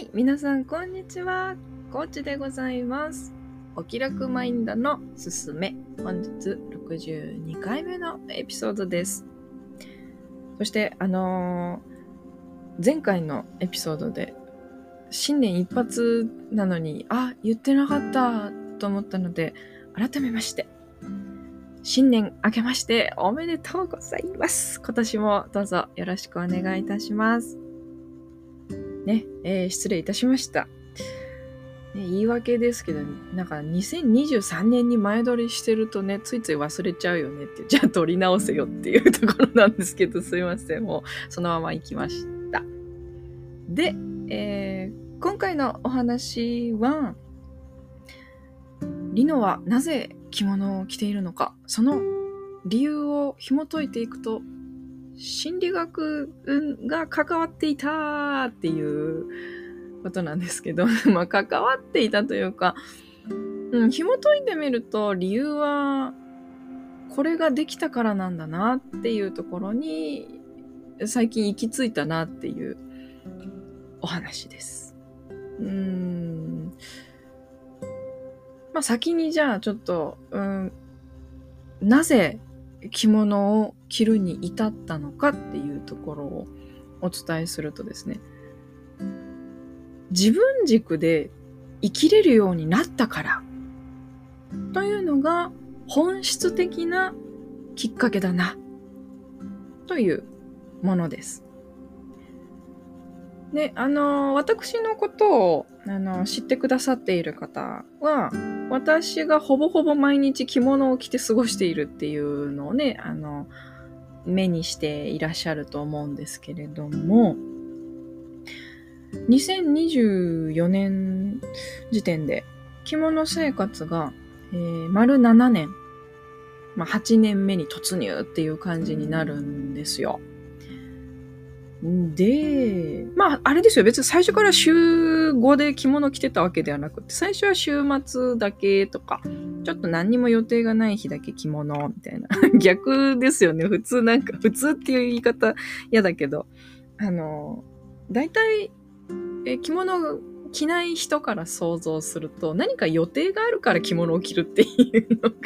皆さんこんにちは。コーチでございます。お気楽マインドのすすめ。本日62回目のエピソードです。そして前回のエピソードで新年一発なのに言ってなかったと思ったので、改めまして新年明けましておめでとうございます。今年もどうぞよろしくお願いいたしますね。失礼いたしました。言い訳ですけど、なんか2023年に前撮りしてるとね、ついつい忘れちゃうよねって、じゃあ撮り直せよっていうところなんですけど、すいません。もうそのまま行きました。で、今回のお話は、リノはなぜ着物を着ているのか、その理由を紐解いていくと、心理学が関わっていたっていうことなんですけど関わっていたというか、紐解いてみると理由はこれができたからなんだなっていうところに最近行き着いたなっていうお話です。先にじゃあちょっとなぜ着物を着るに至ったのかっていうところをお伝えするとですね、自分軸で生きれるようになったからというのが本質的なきっかけだなというものです。で、私のことを知ってくださっている方は、私がほぼほぼ毎日着物を着て過ごしているっていうのをね、目にしていらっしゃると思うんですけれども、2024年時点で着物生活が、丸7年、8年目に突入っていう感じになるんですよ。で、あれですよ。別に最初から週5で着物着てたわけではなくて、最初は週末だけとか、ちょっと何にも予定がない日だけ着物みたいな。逆ですよね。普通っていう言い方嫌だけど、だいたい着物着ない人から想像すると、何か予定があるから着物を着るっていう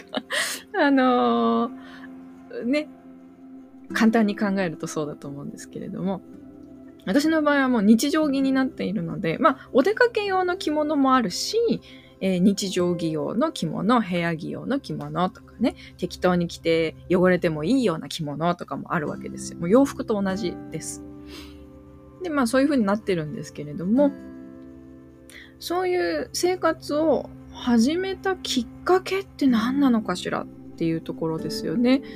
のが、ね、簡単に考えるとそうだと思うんですけれども、私の場合はもう日常着になっているので、お出かけ用の着物もあるし、日常着用の着物、部屋着用の着物とかね、適当に着て汚れてもいいような着物とかもあるわけですよ。もう洋服と同じです。で、そういう風になってるんですけれども、そういう生活を始めたきっかけって何なのかしらっていうところですよね。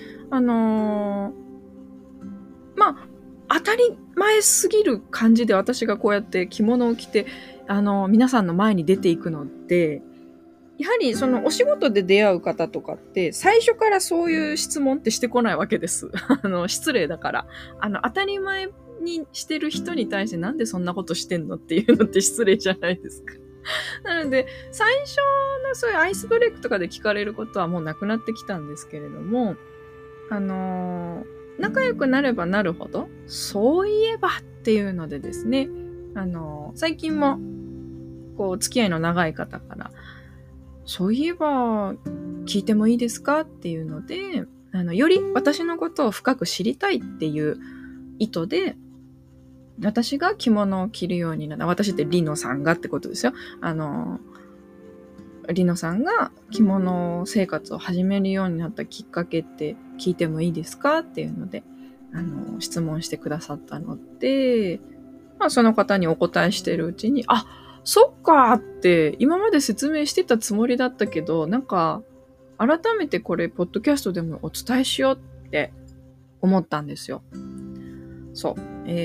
当たり前すぎる感じで私がこうやって着物を着て、皆さんの前に出ていくので、やはりそのお仕事で出会う方とかって、最初からそういう質問ってしてこないわけです。失礼だから。当たり前にしてる人に対してなんでそんなことしてんのっていうのって失礼じゃないですか。なので、最初のそういうアイスブレイクとかで聞かれることはもうなくなってきたんですけれども、仲良くなればなるほど、そういえばっていうのでですね、最近も、付き合いの長い方から、そういえば、聞いてもいいですかっていうので、より私のことを深く知りたいっていう意図で、私が着物を着るようになった。私ってリノさんがってことですよ。リノさんが着物生活を始めるようになったきっかけって聞いてもいいですかっていうので、質問してくださったので、その方にお答えしてるうちに、そっかって今まで説明してたつもりだったけど、なんか改めてこれポッドキャストでもお伝えしようって思ったんですよ。そう。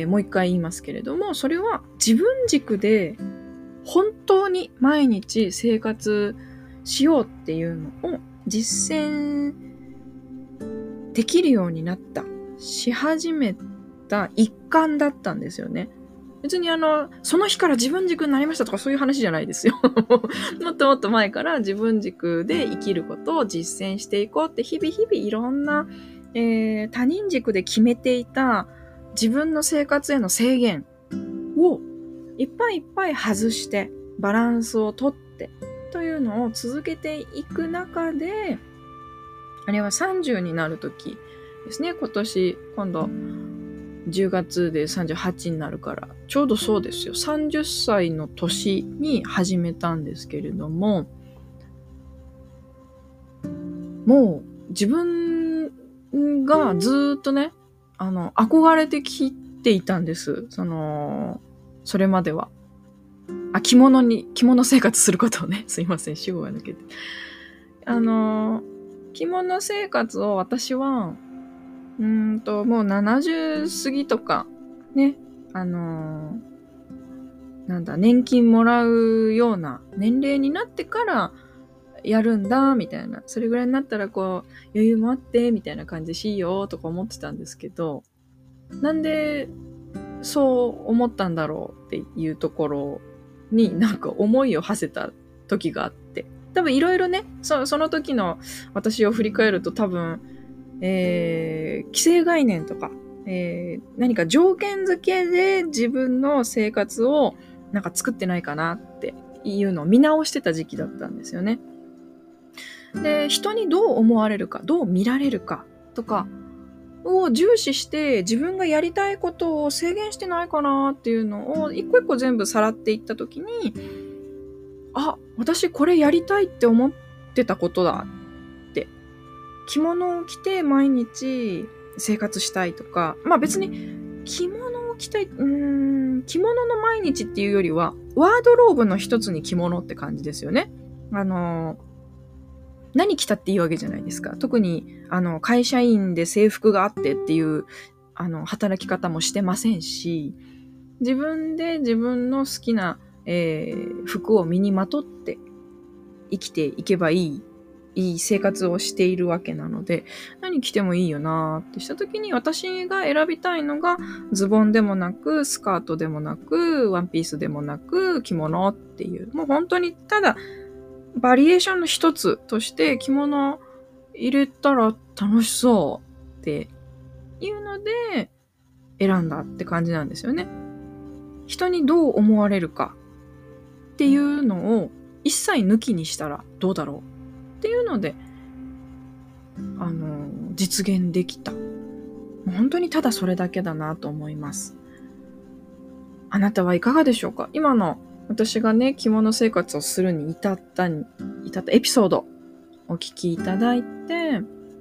もう一回言いますけれども、それは自分軸で本当に毎日生活しようっていうのを実践できるようになった、し始めた一環だったんですよね。別にその日から自分軸になりましたとかそういう話じゃないですよ。もっともっと前から自分軸で生きることを実践していこうって日々いろんな、他人軸で決めていた自分の生活への制限をいっぱいいっぱい外してバランスをとってというのを続けていく中で、あれは30になる時ですね。今度10月で38になるから、ちょうどそうですよ。30歳の年に始めたんですけれども、もう自分がずっとね、憧れてきていたんです。それまでは。着物生活することをね、すいません、主語が抜けて。着物生活を私は、もう70過ぎとか、ね、年金もらうような年齢になってからやるんだ、みたいな。それぐらいになったら余裕もあって、みたいな感じでしいよ、とか思ってたんですけど、なんで、そう思ったんだろうっていうところになんか思いを馳せた時があって、多分いろいろね、その時の私を振り返ると多分、既成概念とか、何か条件付けで自分の生活をなんか作ってないかなっていうのを見直してた時期だったんですよね。で、人にどう思われるか、どう見られるかとかを重視して自分がやりたいことを制限してないかなっていうのを一個一個全部さらっていった時に、私これやりたいって思ってたことだって。着物を着て毎日生活したいとか、別に着物を着たい、着物の毎日っていうよりはワードローブの一つに着物って感じですよね。何着たっていいわけじゃないですか。特に会社員で制服があってっていう働き方もしてませんし、自分で自分の好きな、服を身にまとって生きていけばいい生活をしているわけなので、何着てもいいよなーってした時に、私が選びたいのがズボンでもなくスカートでもなくワンピースでもなく着物っていう、もう本当にただバリエーションの一つとして着物入れたら楽しそうっていうので選んだって感じなんですよね。人にどう思われるかっていうのを一切抜きにしたらどうだろうっていうので実現できた。本当にただそれだけだなと思います。あなたはいかがでしょうか？今の私がね、着物生活をするに至ったエピソードお聞きいただいて、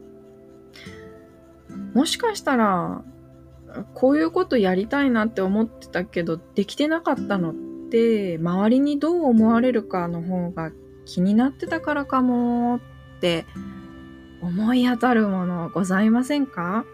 もしかしたらこういうことやりたいなって思ってたけどできてなかったのって周りにどう思われるかの方が気になってたからかもって思い当たるものございませんか？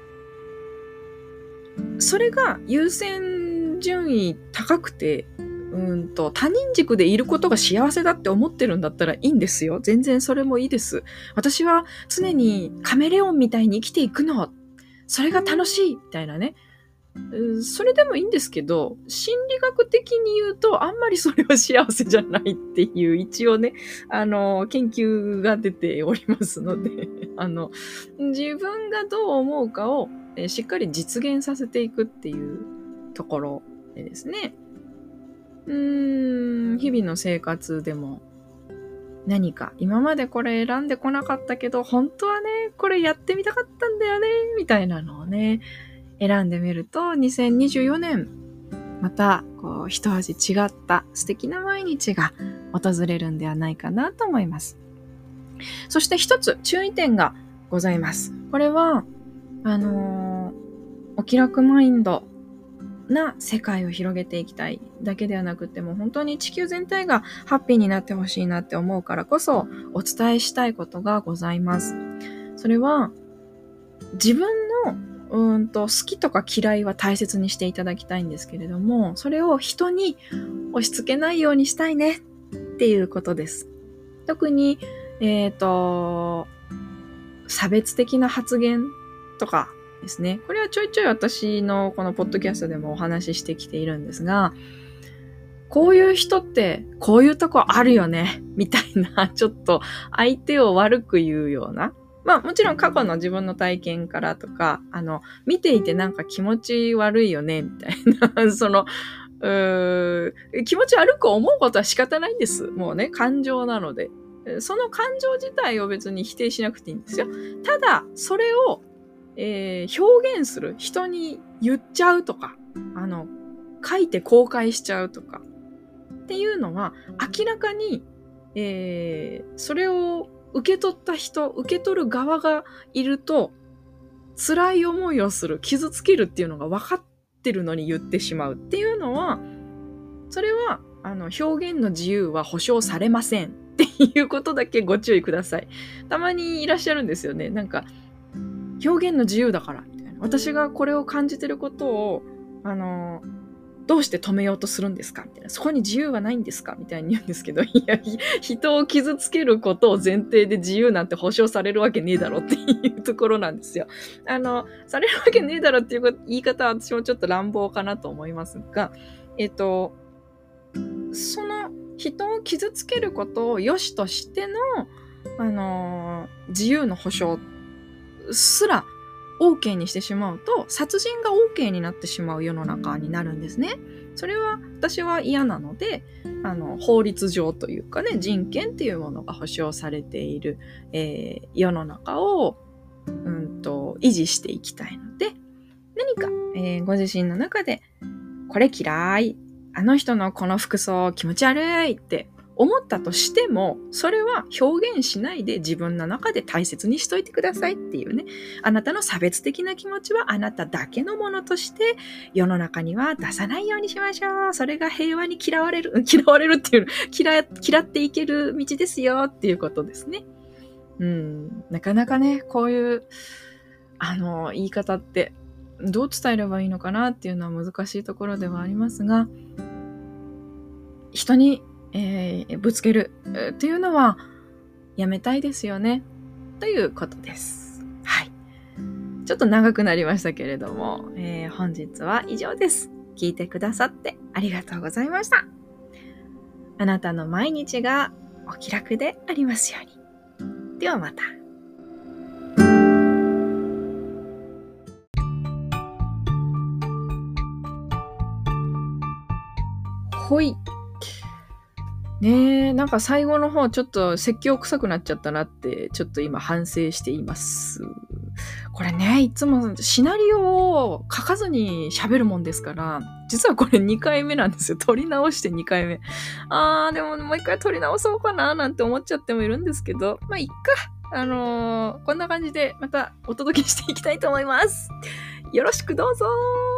それが優先順位高くて他人軸でいることが幸せだって思ってるんだったらいいんですよ。全然それもいいです。私は常にカメレオンみたいに生きていくの。それが楽しいみたいなね。それでもいいんですけど、心理学的に言うとあんまりそれは幸せじゃないっていう一応ね、研究が出ておりますので、自分がどう思うかをしっかり実現させていくっていうところでですね、日々の生活でも何か今までこれ選んでこなかったけど本当はねこれやってみたかったんだよねみたいなのをね選んでみると2024年また一味違った素敵な毎日が訪れるんではないかなと思います。そして一つ注意点がございます。これはお気楽マインドな世界を広げていきたいだけではなくても本当に地球全体がハッピーになってほしいなって思うからこそお伝えしたいことがございます。それは自分の好きとか嫌いは大切にしていただきたいんですけれども、それを人に押し付けないようにしたいねっていうことです。特に差別的な発言とかですね。これはちょいちょい私のこのポッドキャストでもお話ししてきているんですが、こういう人ってこういうとこあるよねみたいなちょっと相手を悪く言うような、もちろん過去の自分の体験からとか見ていてなんか気持ち悪いよねみたいな気持ち悪く思うことは仕方ないんです。もうね、感情なので。その感情自体を別に否定しなくていいんですよ。ただ、それを、表現する。人に言っちゃうとか、書いて公開しちゃうとか、っていうのは、明らかに、それを受け取った人、受け取る側がいると、辛い思いをする、傷つけるっていうのが分かってるのに言ってしまうっていうのは、それは、表現の自由は保障されませんっていうことだけご注意ください。たまにいらっしゃるんですよね。なんか、表現の自由だから、みたいな。私がこれを感じてることを、どうして止めようとするんですかみたいな。そこに自由はないんですかみたいに言うんですけど、いや、人を傷つけることを前提で自由なんて保障されるわけねえだろっていうところなんですよ。されるわけねえだろっていう言い方は私もちょっと乱暴かなと思いますが、その人を傷つけることを良しとしての、自由の保障すらOK にしてしまうと、殺人が OK になってしまう世の中になるんですね。それは私は嫌なので、法律上というかね、人権っていうものが保障されている、世の中を、維持していきたいので、何か、ご自身の中で、これ嫌い、あの人のこの服装気持ち悪いって思ったとしても、それは表現しないで自分の中で大切にしといてくださいっていうね。あなたの差別的な気持ちはあなただけのものとして世の中には出さないようにしましょう。それが平和に嫌われるっていう、嫌っていける道ですよっていうことですね。なかなかね、こういう、言い方ってどう伝えればいいのかなっていうのは難しいところではありますが、人にぶつけるっていうのはやめたいですよねということです。はい。ちょっと長くなりましたけれども、本日は以上です。聞いてくださってありがとうございました。あなたの毎日がお気楽でありますように。ではまた。ほい。ねえ、なんか最後の方ちょっと説教臭くなっちゃったなってちょっと今反省しています。これね、いつもシナリオを書かずに喋るもんですから、実はこれ2回目なんですよ。撮り直して2回目。でももう一回撮り直そうかななんて思っちゃってもいるんですけど、まあいっか。こんな感じでまたお届けしていきたいと思います。よろしくどうぞー。